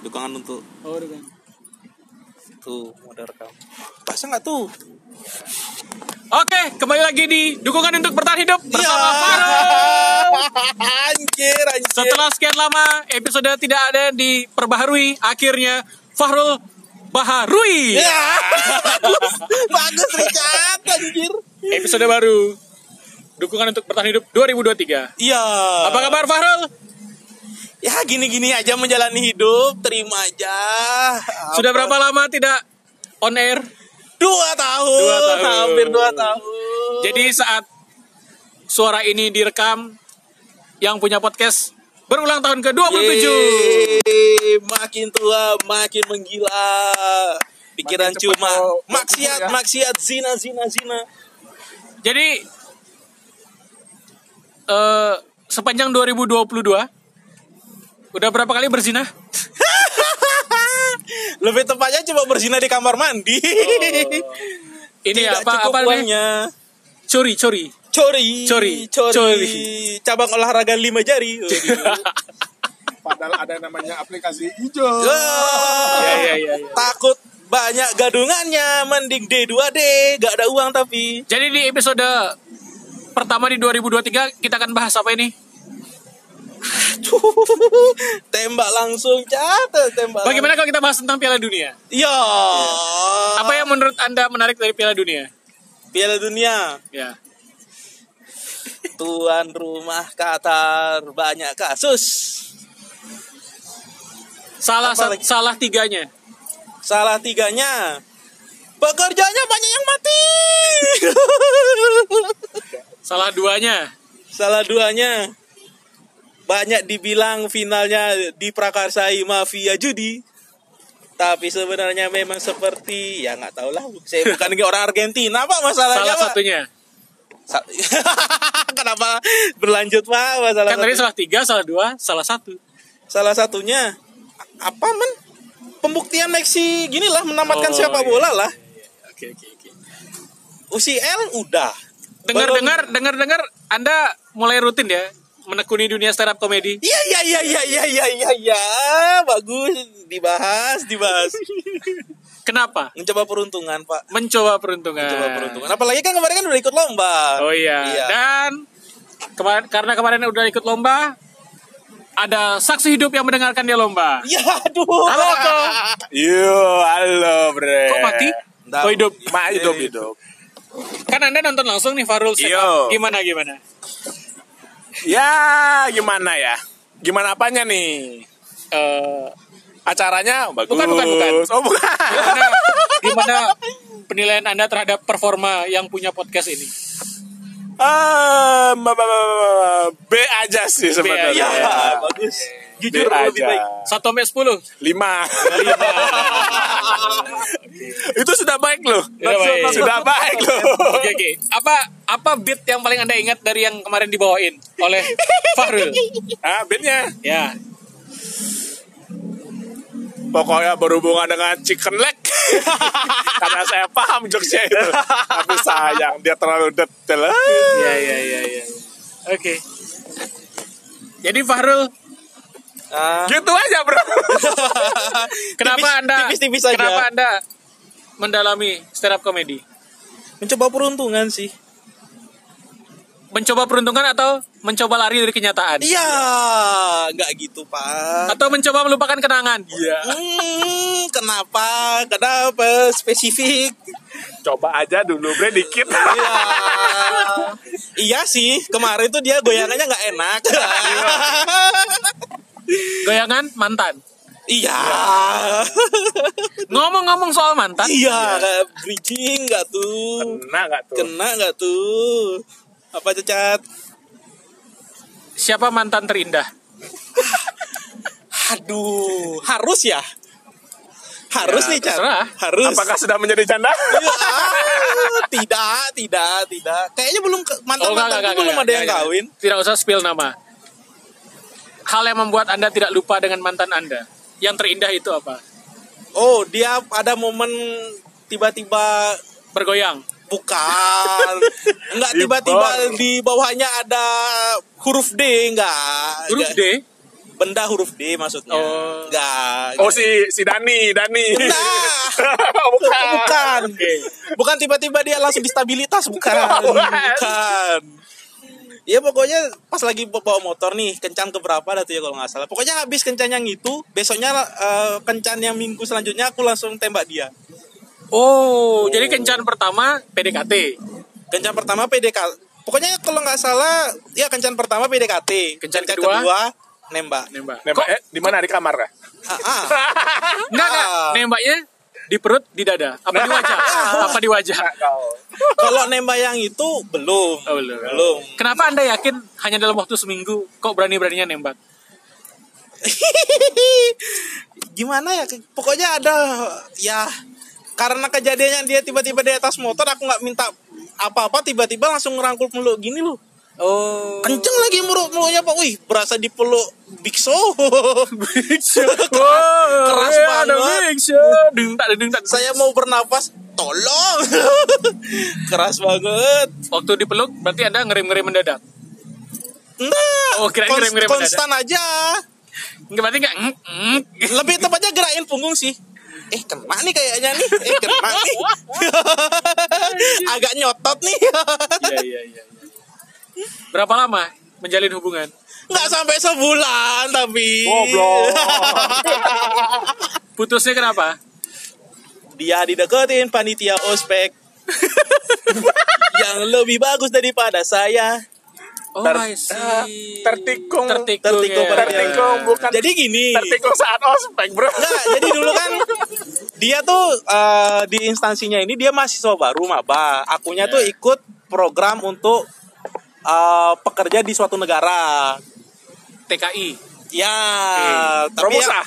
Dukungan untuk dukungan. tuh modal rekam. Pasang nggak tuh? Oke, kembali lagi di dukungan untuk bertahan hidup bersama Fahrul. Anjir. Setelah sekian lama episode tidak ada diperbaharui, akhirnya Fahrul baharui. Ya. Bagus Richard, anjir. Episode baru dukungan untuk bertahan hidup 2023. Iya. Apa kabar Fahrul? Ya gini-gini aja menjalani hidup, terima aja. Sudah berapa lama tidak on air? 2 tahun. Hampir 2 tahun. Jadi saat suara ini direkam, yang punya podcast berulang tahun ke-27. Yeay, makin tua, makin menggila. Pikiran makin cuma cepat, maksiat, zina. Jadi sepanjang 2022 udah berapa kali berzina? Lebih tepatnya coba berzina di kamar mandi. Ini Tidak apa cukup nih? uangnya. Curi. Cori. Cabang olahraga 5 jari. Padahal ada namanya aplikasi hijau. Ya. Takut banyak gadungannya, mending D2D, gak ada uang tapi. Jadi di episode pertama di 2023 kita akan bahas apa ini? Tembak langsung, tembak. Bagaimana kalau kita bahas tentang Piala Dunia? Iya. Apa yang menurut Anda menarik dari Piala Dunia? Piala Dunia? Ya. Tuan rumah Qatar banyak kasus. Salah tiganya. Salah tiganya. Pekerjanya banyak yang mati. Salah duanya. Banyak dibilang finalnya diprakarsai mafia judi. Tapi sebenarnya memang seperti, ya nggak tahu lah. Saya bukan orang Argentina Pak masalahnya. Salah Pak. satunya. Kenapa berlanjut Pak masalah? Kan tadi salah 3, salah 2, salah 1. Salah satunya apa men? Pembuktian Messi ginilah menamatkan sepak bola lah. Oke. UCL udah. Dengar Anda mulai rutin ya menekuni dunia stand up comedy. Iya. Bagus dibahas. Kenapa? Mencoba peruntungan, Pak. Mencoba peruntungan. Apalagi kan kemarin kan udah ikut lomba. Oh iya. Dan karena kemarin udah ikut lomba, ada saksi hidup yang mendengarkan dia lomba. Ya aduh. Halo kok. Halo bre. Kok mati? Oh hidup. Hidup. Kan Anda nonton langsung nih Fahrul stand up. Gimana? Ya gimana ya? Gimana apanya nih? Acaranya bagus. Bukan. Oh bukan. Gimana penilaian Anda terhadap performa yang punya podcast ini? B aja sih sebenarnya. Ya, bagus. Jujur lebih baik. 1 sampai 10. 5. Itu sudah baik loh. Sudah baik loh. Oke. Apa beat yang paling Anda ingat dari yang kemarin dibawain oleh Fahrul? Beatnya. Ya. Pokoknya berhubungan dengan chicken leg. Karena saya paham jokesnya itu. Tapi sayang dia terlalu detail. Iya. Oke. Jadi Fahrul gitu aja bro. Kenapa tipis aja. Kenapa Anda mendalami stand up comedy? Mencoba peruntungan sih. Mencoba peruntungan atau mencoba lari dari kenyataan? Iya, nggak gitu Pak. Atau mencoba melupakan kenangan? Iya. Kenapa spesifik? Coba aja dulu bre dikit. Iya sih, kemarin tuh dia goyangannya nggak enak. Goyangan mantan. Iya. Ngomong-ngomong soal mantan. Iya, bridging nggak tuh? Kena nggak tuh? Apa Cacat? Siapa mantan terindah? Aduh, harus ya? Harus nih, Cat. Harus. Apakah sudah menjadi janda? Tidak. Kayaknya belum mantan-mantan itu belum ada yang kawin. Tidak usah spill nama. Hal yang membuat Anda tidak lupa dengan mantan Anda. Yang terindah itu apa? Oh, dia ada momen tiba-tiba bergoyang. Bukan. Enggak tiba-tiba di bawahnya ada huruf D, enggak. Huruf D? Benda huruf D maksudnya. Oh. Enggak. Oh si Dani. Nah, Bukan. bukan. Bukan tiba-tiba dia langsung distabilitas, bukan. Bukan. Ya pokoknya pas lagi bawa motor nih, kencan keberapa dah tuh ya kalau nggak salah. Pokoknya habis kencan yang itu, besoknya kencan yang minggu selanjutnya aku langsung tembak dia. Oh, jadi kencan pertama PDKT. Kencan pertama PDKT. Pokoknya kalau nggak salah, ya kencan pertama PDKT. Kencan kedua nembak. nembak. Nembak di mana, di kamar kah? Enggak. Nembaknya di perut, di dada, apa di wajah? Apa di wajah? Kalau nembak yang itu belum. Oh, belum. Belum. Kenapa Anda yakin hanya dalam waktu seminggu kok berani-beraninya nembak? Gimana ya? Pokoknya ada ya karena kejadiannya dia tiba-tiba di atas motor, aku nggak minta apa-apa, tiba-tiba langsung ngerangkul peluk gini loh. Oh. Kenceng lagi meluknya Pak. Wih, berasa dipeluk Big Show. Keras banget. Deng-tak. Saya mau bernapas, tolong. Keras banget. Waktu dipeluk berarti Anda ngerim-ngerim mendadak. Enggak. Oh, kirain ngerim-ngerim konstan aja. Enggak berarti enggak. Lebih tepatnya gerakin punggung sih. Kena nih kayaknya nih. Kena nih. Agak nyotot nih. Iya. Berapa lama menjalin hubungan? Nggak sampai sebulan tapi. Goblok. Putusnya kenapa? Dia dideketin panitia ospek yang lebih bagus daripada saya. Oh, I see. Tertikung bukan. Jadi gini. Tertikung saat ospek, bro. Enggak, jadi dulu kan dia tuh di instansinya ini dia mahasiswa baru maba. Akunya tuh ikut program untuk pekerja di suatu negara. TKI. Ya, tapi Promosa.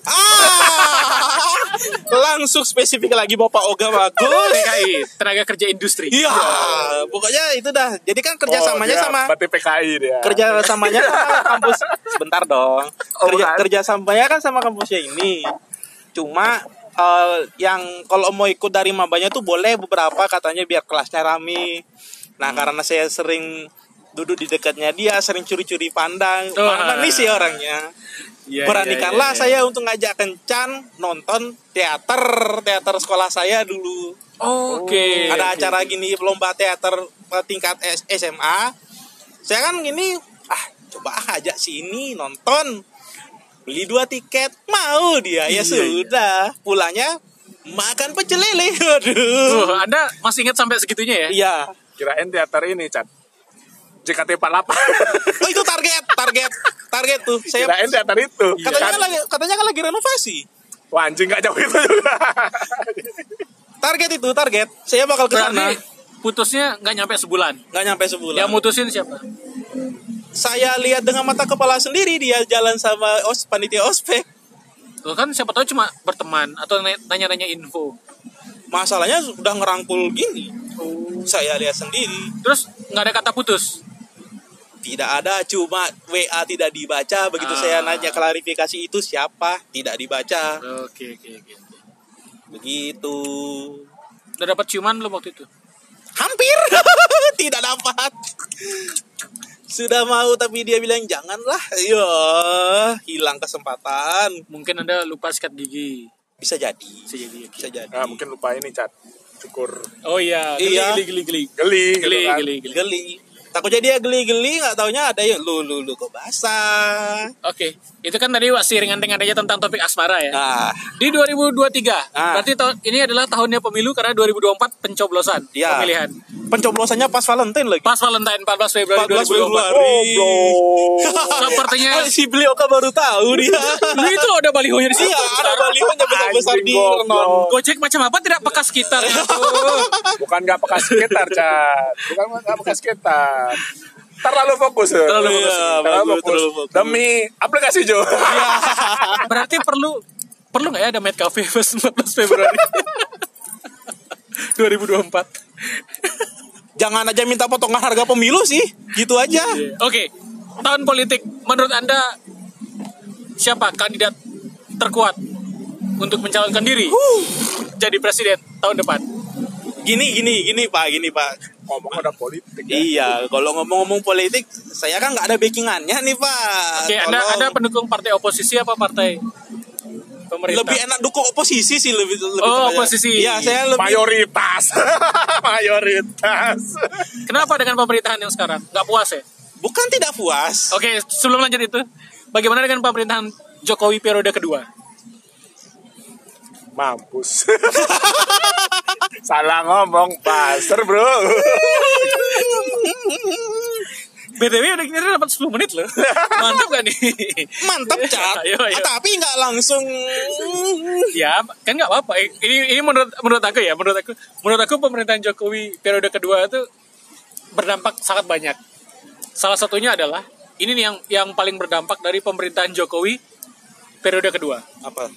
langsung spesifik lagi Bapak Oga bagus. TKI, tenaga kerja industri. Iya, pokoknya itu dah. Jadi kan kerjasamanya sama. Berarti PKI dia. Kerjasamanya sama kampus. Sebentar dong. Kerjasamanya kan sama kampusnya ini. Cuma yang kalau mau ikut dari mabanya tuh boleh beberapa katanya biar kelasnya rame. Nah karena saya sering duduk di dekatnya dia, sering curi-curi pandang. Mana nih sih orangnya. Beranikanlah saya untuk ngajak kencan nonton teater sekolah saya dulu. Oke. Ada acara gini, lomba teater tingkat SMA. Saya kan gini, coba ajak sini nonton. Beli 2 tiket, mau dia. Ya sudah, pulangnya makan pecel lele. Waduh. Anda masih ingat sampai segitunya ya? Iya. Kirain teater ini, Cat. JKT48. Oh itu target tuh. Saya Kirain teater itu. katanya kan lagi renovasi. Wah, anjing gak jauh itu juga. Target. Saya bakal ke sana. Berarti putusnya nggak nyampe sebulan. Nggak nyampe sebulan. Yang mutusin siapa? Saya lihat dengan mata kepala sendiri dia jalan sama panitia ospek. Loh kan siapa tahu cuma berteman atau nanya-nanya info. Masalahnya sudah ngerangkul gini. Saya lihat sendiri. Terus nggak ada kata putus? Tidak ada, cuma WA tidak dibaca. Begitu saya nanya klarifikasi itu siapa, tidak dibaca. Oke. Begitu. Udah dapat ciuman belum waktu itu? Hampir. Tidak dapat. Sudah mau tapi dia bilang janganlah. Ya, hilang kesempatan. Mungkin Anda lupa sikat gigi. Bisa jadi. Bisa jadi. Nah, mungkin lupa ini, Cat. Cukur. Oh iya, Iya. Geli. Geli. Takutnya dia geli-geli, nggak taunya ada yang lu kok basah. Oke, itu kan tadi masih ringan-ringan aja tentang topik asmara ya. Nah, Di 2023, berarti ini adalah tahunnya pemilu karena 2024 pencoblosan ya. pemilihan. Pencoblosannya pas Valentine lagi. Pas Valentine 14 Februari 14 2024. Sepertinya si beli Oka baru tahu dia. itu ada balihonya di sini. Iya, ada balihonya besar-besar di Anjing, Renon. Gojek macam apa tidak peka sekitar. Bukan gak peka sekitar, Cat. Bukan gak peka sekitar. Terlalu fokus. Terlalu fokus. Demi aplikasi Jo. Berarti perlu nggak ya ada Mad Cafe pas 14 Februari 2024. Jangan aja minta potongan harga pemilu sih. Gitu aja. Oke, tahun politik menurut Anda siapa kandidat terkuat untuk mencalonkan diri jadi presiden tahun depan? Gini Pak. ngomong ada politik ya. Iya, kalau ngomong-ngomong politik, saya kan nggak ada backingannya nih Pak. Oke, Anda pendukung partai oposisi apa partai pemerintah? Lebih enak dukung oposisi sih lebih. Oh, oposisi. Iya, saya lebih. Mayoritas. Mayoritas. Kenapa dengan pemerintahan yang sekarang? Nggak puas ya? Bukan tidak puas. Oke, sebelum lanjut itu, bagaimana dengan pemerintahan Jokowi periode kedua? Mampus. Salah ngomong, buzzer bro. BTW udah kira dapat 10 menit loh. Mantap gak nih? Mantap Cat. Ayo. Tapi nggak langsung. Ya, kan nggak apa-apa. Ini menurut aku ya, menurut aku pemerintahan Jokowi periode kedua itu berdampak sangat banyak. Salah satunya adalah ini nih yang paling berdampak dari pemerintahan Jokowi periode kedua. Apa?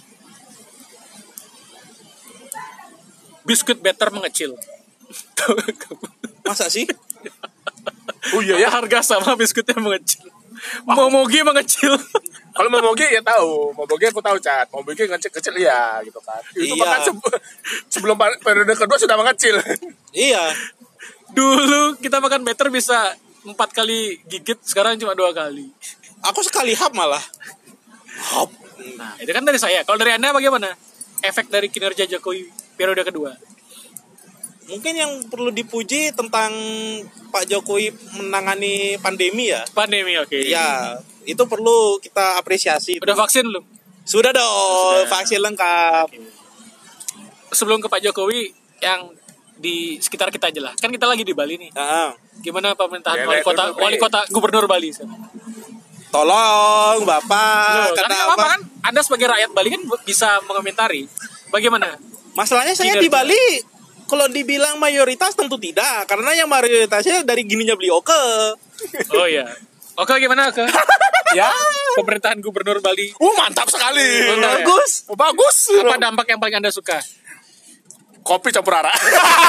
Biskuit Better mengecil. Masa sih? Oh iya ya. Harga sama biskuitnya mengecil. Momogi mengecil. Kalau Momogi ya tahu, Momogi aku tahu Cat. Momogi kecil ya gitu kan. Itu Iya. bahkan sebelum periode kedua sudah mengecil. Iya. Dulu kita makan Better bisa 4 kali gigit, sekarang cuma 2 kali. Aku sekali hap malah. Hap. Nah, itu kan dari saya. Kalau dari Anda bagaimana? Efek dari kinerja Jokowi periode kedua. Mungkin yang perlu dipuji tentang Pak Jokowi menangani pandemi ya. Pandemi, oke. Ya, itu perlu kita apresiasi. Udah vaksin belum? Sudah dong, Sudah. vaksin lengkap. Sebelum ke Pak Jokowi, yang di sekitar kita aja lah. Kan kita lagi di Bali nih. Nah, Gimana pemerintahan Ya, wali kota gubernur Bali? tolong Bapak, Loh, kan nggak apa-apa kan? Anda sebagai rakyat Bali kan bisa mengomentari. Bagaimana? Masalahnya saya di Bali, kalau dibilang mayoritas tentu tidak, karena yang mayoritasnya dari gininya beliau ke. Oh iya. Oke, gimana ke? Ya, Pemerintahan gubernur Bali. mantap sekali. Bagus. Bagus. Apa dampak yang paling Anda suka? Kopi campur arak.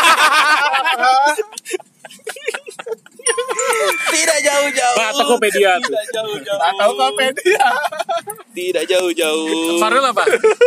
Tidak jauh-jauh. Pak Tokopedia tuh. Tidak jauh-jauh. Atau Tokopedia. Tidak jauh-jauh. Farul apa?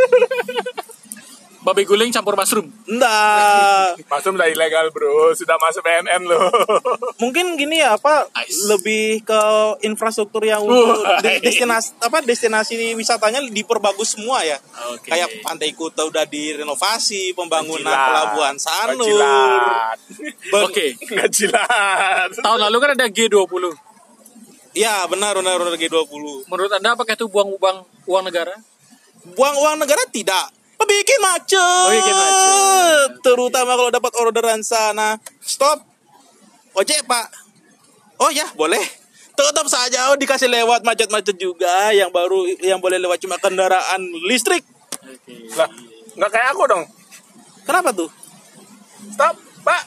Babi guling campur mushroom. Enggak. Masuk udah ilegal bro, sudah masuk BNN loh. Mungkin gini ya, apa Nice. lebih ke infrastruktur yang untuk destinasi wisatanya diperbagus semua ya. Oke. Kayak Pantai Kuta udah direnovasi, pembangunan Jilat. pelabuhan Sanur. Jilat. Oke. Nggak jilat. Tahun lalu kan ada G20. Iya, benar G20. Menurut Anda apakah itu buang-buang uang negara? Buang uang negara tidak. Bikin macet. Bikin macet. Terutama kalau dapat orderan sana. Stop. Ojek, Pak. Oh ya, boleh. Tetap saja dikasih lewat macet-macet juga. Yang boleh lewat cuma kendaraan listrik. Oke. Lah, nggak kayak aku dong. Kenapa tuh? Stop, Pak.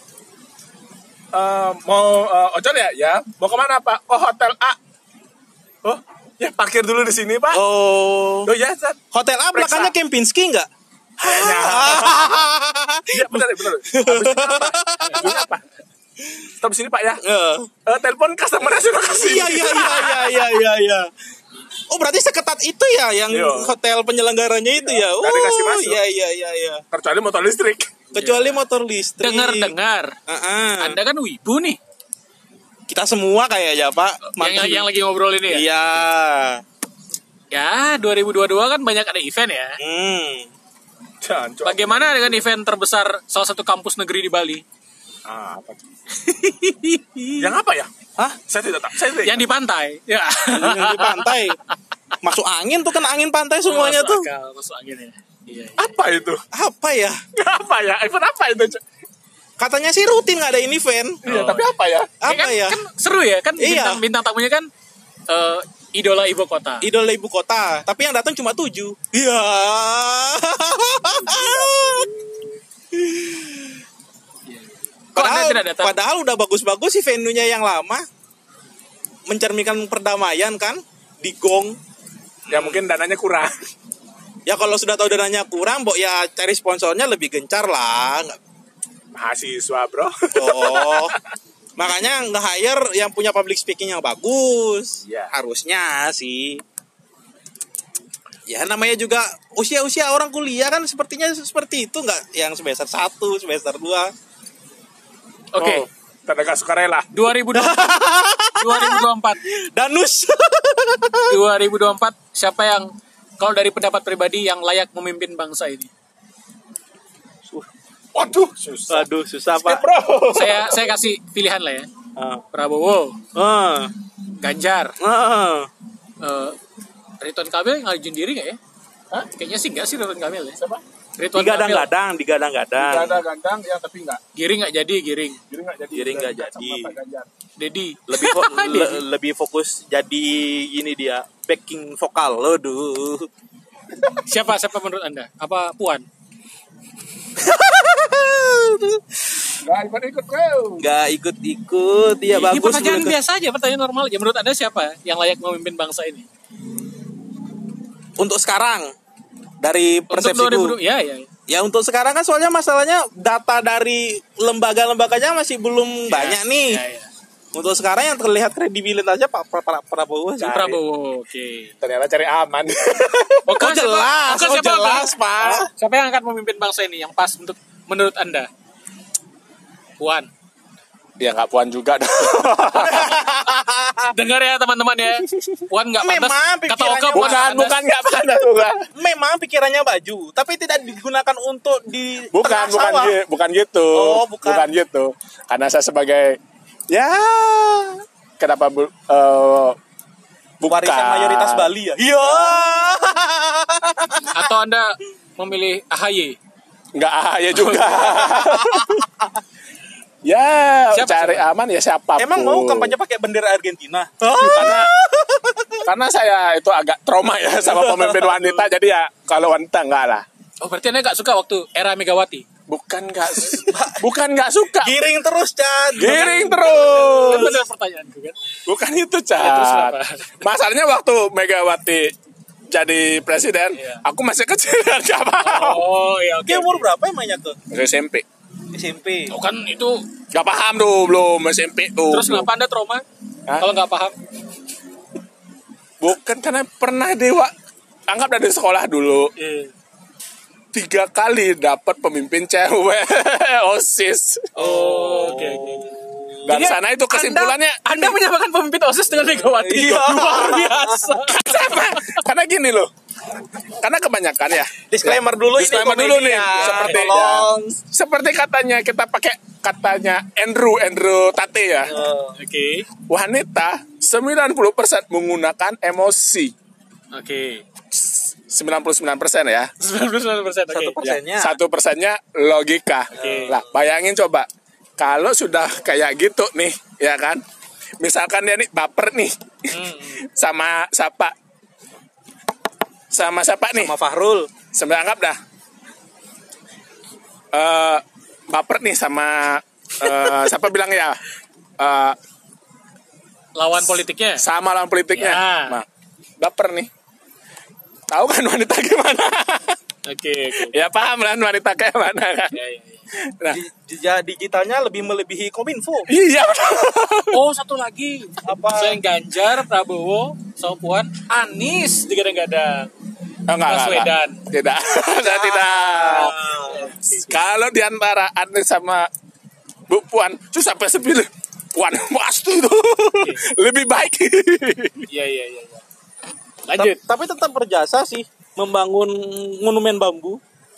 Mau ojol ya? Ya. Mau kemana Pak? Oh, hotel A. Oh, ya parkir dulu di sini Pak. Oh. Oh ya, Sat. Hotel A belakangnya Kempinski enggak? Kayaknya. Iya benar. Habis apa? Stop di sini Pak ya. Telepon customer sudah kasih. Iya. Oh, berarti seketat itu ya yang Iya. hotel penyelenggaranya itu ya. Nggak dikasih masuk. Iya. Kecuali motor listrik. Kecuali motor listrik. Dengar. Anda kan wibu nih. Kita semua kayaknya, Pak. Yang lagi ngobrol ini ya. Iya. Ya, 2022 kan banyak ada event ya. Jangan. Bagaimana dengan event terbesar salah satu kampus negeri di Bali? Apa tuh? Yang apa ya? Hah? Saya tidak tahu. Yang di pantai. Ya. Yang di pantai. Masuk angin tuh, kan angin pantai semuanya tuh. Masuk angin ya. Iya. Apa itu? Apa ya? Apa ya? Event apa itu? Katanya sih rutin ngadain event. Iya, tapi apa ya? Apa ya? Kan seru ya, kan Iya. bintang tamunya kan idola ibu kota. Idola ibu kota, tapi yang datang cuma 7. Iya. Kok Anda tidak datang? Padahal udah bagus-bagus sih venue-nya yang lama. Mencerminkan perdamaian kan di Gong. Ya mungkin dananya kurang. Ya kalau sudah tahu dananya kurang, Mbok ya cari sponsornya lebih gencar lah. Mahasiswa, Bro. Oh. Makanya nge-hire yang punya public speaking yang bagus. Iya. Harusnya sih. Ya namanya juga usia-usia orang kuliah kan sepertinya seperti itu, nggak yang semester 1, semester 2. Oke. Oh. Tenaga sukarela. 2024. Danus. 2024 siapa yang kalau dari pendapat pribadi yang layak memimpin bangsa ini? Waduh, susah. Aduh, susah Pak. Bro. Saya kasih pilihan lah ya. Prabowo, Ganjar, Ridwan Kamil ngajuin diri nggak ya? Hah? Kayaknya sih nggak sih Ridwan Kamil ya. Siapa? Ridwan Kamil. Digadang-gadang. Gandang ya tapi enggak. Giring nggak jadi, Giring. Giring nggak jadi. Dedi. Lebih fokus jadi ini dia, backing vokal. Aduh. Siapa menurut Anda? Apa Puan? Nggak ikut-ikut. Dia Ini bagus. pertanyaan biasa aja, pertanyaan normal aja. Menurut Anda siapa yang layak memimpin bangsa ini? Untuk sekarang dari persepsiku. Untuk 2020, ya. Ya untuk sekarang kan soalnya masalahnya data dari lembaga-lembaganya masih belum banyak nih. Ya. Untuk sekarang yang terlihat kredibilitasnya Pak Prabowo sih. Prabowo, oke. Ternyata cari aman. Oh jelas Pak. Siapa yang akan memimpin bangsa ini yang pas untuk menurut Anda? Puan. Ya nggak Puan juga dong. Dengar ya teman-teman ya. Puan nggak pantas. Memang Kata Oka pikirannya Bukan nggak pantas bukan. Memang pikirannya baju, tapi tidak digunakan untuk di tengah sawah. Bukan gitu. Oh, bukan gitu. Karena saya sebagai kenapa bukan warisan mayoritas Bali ya? Iya. Atau Anda memilih AHY? Nggak AHY juga. Ya, cari aman ya siapapun. Emang mau kampanye pakai bendera Argentina? Karena saya itu agak trauma ya sama pemimpin wanita, jadi ya kalau wanita enggak lah. Oh, berarti Anda nggak suka waktu era Megawati? Bukan nggak suka. Giring terus, Cad. Giring terus. Kan benar pertanyaanku kan. Bukan itu, Cad. Terus apa? Masalahnya waktu Megawati jadi presiden, aku masih kecil dan nggak paham. Oh, iya oke. Dia umur berapa emangnya tuh? SMP. SMP. Oh, kan itu. Nggak paham tuh belum SMP tuh. Terus kenapa Anda trauma? Kalau nggak paham? Bukan karena pernah anggap dari sekolah dulu. 3 kali dapat pemimpin cewek OSIS. Oh, oke. Dan jadi sana itu kesimpulannya Anda menyamakan pemimpin OSIS dengan Megawati. Iya. Luar biasa. Karena gini loh. Karena kebanyakan ya. Disclaimer dulu nih. Seperti katanya Andrew Tate ya. Oke. Wanita 90% menggunakan emosi. Oke. 99% ya. 99%. Oke. 1%-nya logika. Lah, bayangin coba. Kalau sudah kayak gitu nih, ya kan? Misalkan dia nih baper nih. Sama siapa? Sama Fahrul. Sampai anggap dah. Baper nih sama siapa bilang ya? Lawan politiknya. Sama lawan politiknya. Ya. Nah, baper nih. Tahu kan wanita gimana? Oke. Ya paham lah wanita kayak mana kan? Ya. Nah, digitalnya lebih melebihi Kominfo. iya. Oh, satu lagi. Apa? Selain Ganjar, Prabowo, sama Puan, Anies digadang-gadang. Enggak. Tidak. Tidak. Kalau diantara Anies sama Bu Puan, terus sampai sepilih Puan pasti itu lebih baik. Iya. Lanjut. Tapi tetap berjasa sih membangun monumen bambu.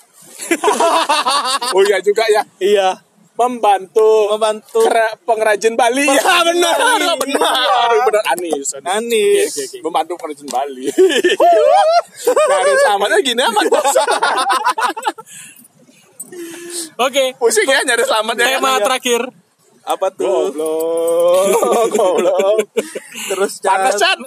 Oh iya juga ya. Iya. Membantu pengrajin Bali. Ya benar. Anies. Okay. Membantu pengrajin Bali. Nah, selamatnya gini amat. Oke. Pusing ya nyari selamatnya. Tema terakhir. Apa tuh? Goblok. Terus panas, Chan.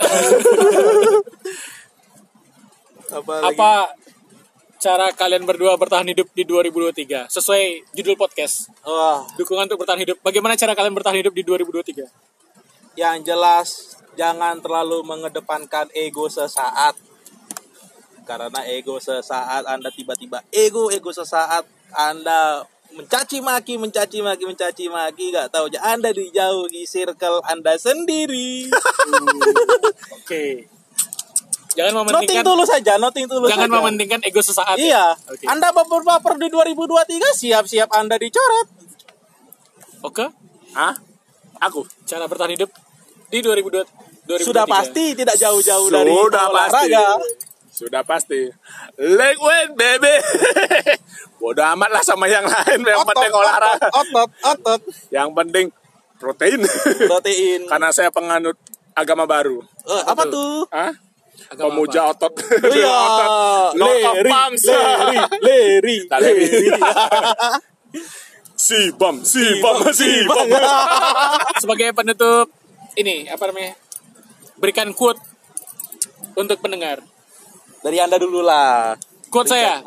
Apa cara kalian berdua bertahan hidup di 2023 sesuai judul podcast? Dukungan untuk bertahan hidup. Bagaimana cara kalian bertahan hidup di 2023? Yang jelas jangan terlalu mengedepankan ego sesaat. Karena ego sesaat Anda tiba-tiba ego sesaat Anda mencaci maki, gak tahu aja Anda dijauhi circle Anda sendiri. Oke. Jangan mementingkan noting dulu jangan saja. mementingkan ego sesaat. Iya. Okay. Anda baper di 2023 siap-siap Anda dicoret. Oke. Hah? Aku. Cara bertahan hidup di 2023. Sudah pasti tidak jauh-jauh dari Sudah pasti. olahraga. Sudah pasti. Leg weight baby. Bodoh amat lah sama yang lain. Yang penting olahraga. Otot. Yang penting protein. Protein. Karena saya penganut agama baru. Apa tuh? Hah? Agama Pemuja otot. Iya. Otot. Otot bangsa. Leri. Si bom. Sebagai penutup ini apa namanya? Berikan quote untuk pendengar. Dari Anda dulu lah. Quote saya.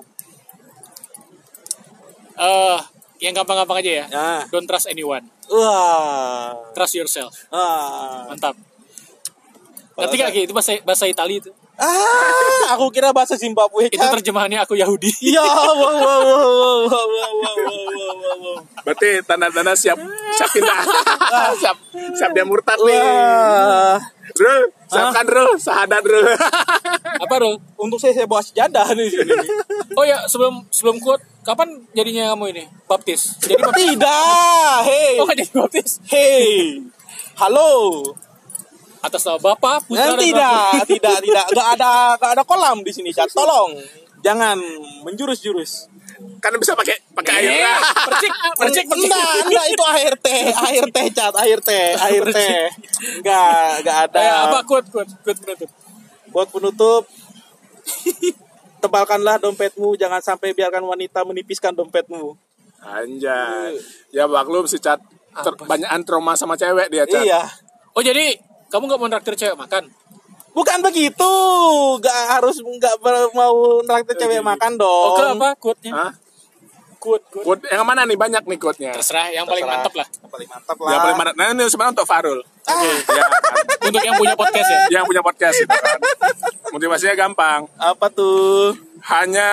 Yang gampang-gampang aja ya. Don't trust anyone. Wah. Trust yourself. Mantap. Ngerti gak Ki? Itu bahasa Itali itu. Aku kira bahasa Zimbabwe. Itu terjemahannya aku Yahudi. Ya, wow. Berarti tanda-tanda siap pindah. siap dia murtad nih. Rul, siapkan Rul, sahadat Rul. Apa Rul? Untuk saya bawa sejadah di sini. Oh ya, sebelum quote, kapan jadinya kamu ini baptis? Jadi baptis? Tidak. Hey. Oh, jadi baptis? Hey. Halo. Atas nama Bapak, Putra, dan Tidak. Gak ada kolam di sini, Chat. Tolong. Jangan menjurus-jurus. Kan bisa pakai air. Percik. Enggak, itu air teh, Chat. Air teh. Enggak ada. Apa quote penutup? Buat penutup, tebalkanlah dompetmu, jangan sampai biarkan wanita menipiskan dompetmu. Anjay. Ya maklum si Cat banyakan trauma sama cewek dia, Cat. Iya. Oh jadi kamu gak mau nraktir cewek makan? Bukan begitu. Gak mau nraktir cewek makan dong. Oke, apa quote-nya? Hah? Quote. Yang mana nih? Banyak nih quote-nya. Terserah, yang paling mantap lah. Yang paling mantap lah. Yang paling mantap. Nah, ini sebenarnya untuk Farul. Oke. Ya, kan? Untuk yang punya podcast ya? Yang punya podcast itu kan. Motivasinya gampang. Apa tuh? Hanya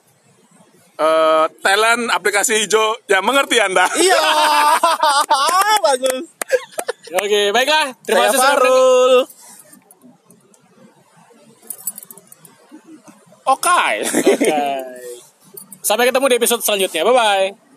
talent aplikasi hijau yang mengerti Anda. Iya. Bagus. Oke, baiklah. Terima kasih sudah Farul. Oke. Sampai ketemu di episode selanjutnya. Bye-bye.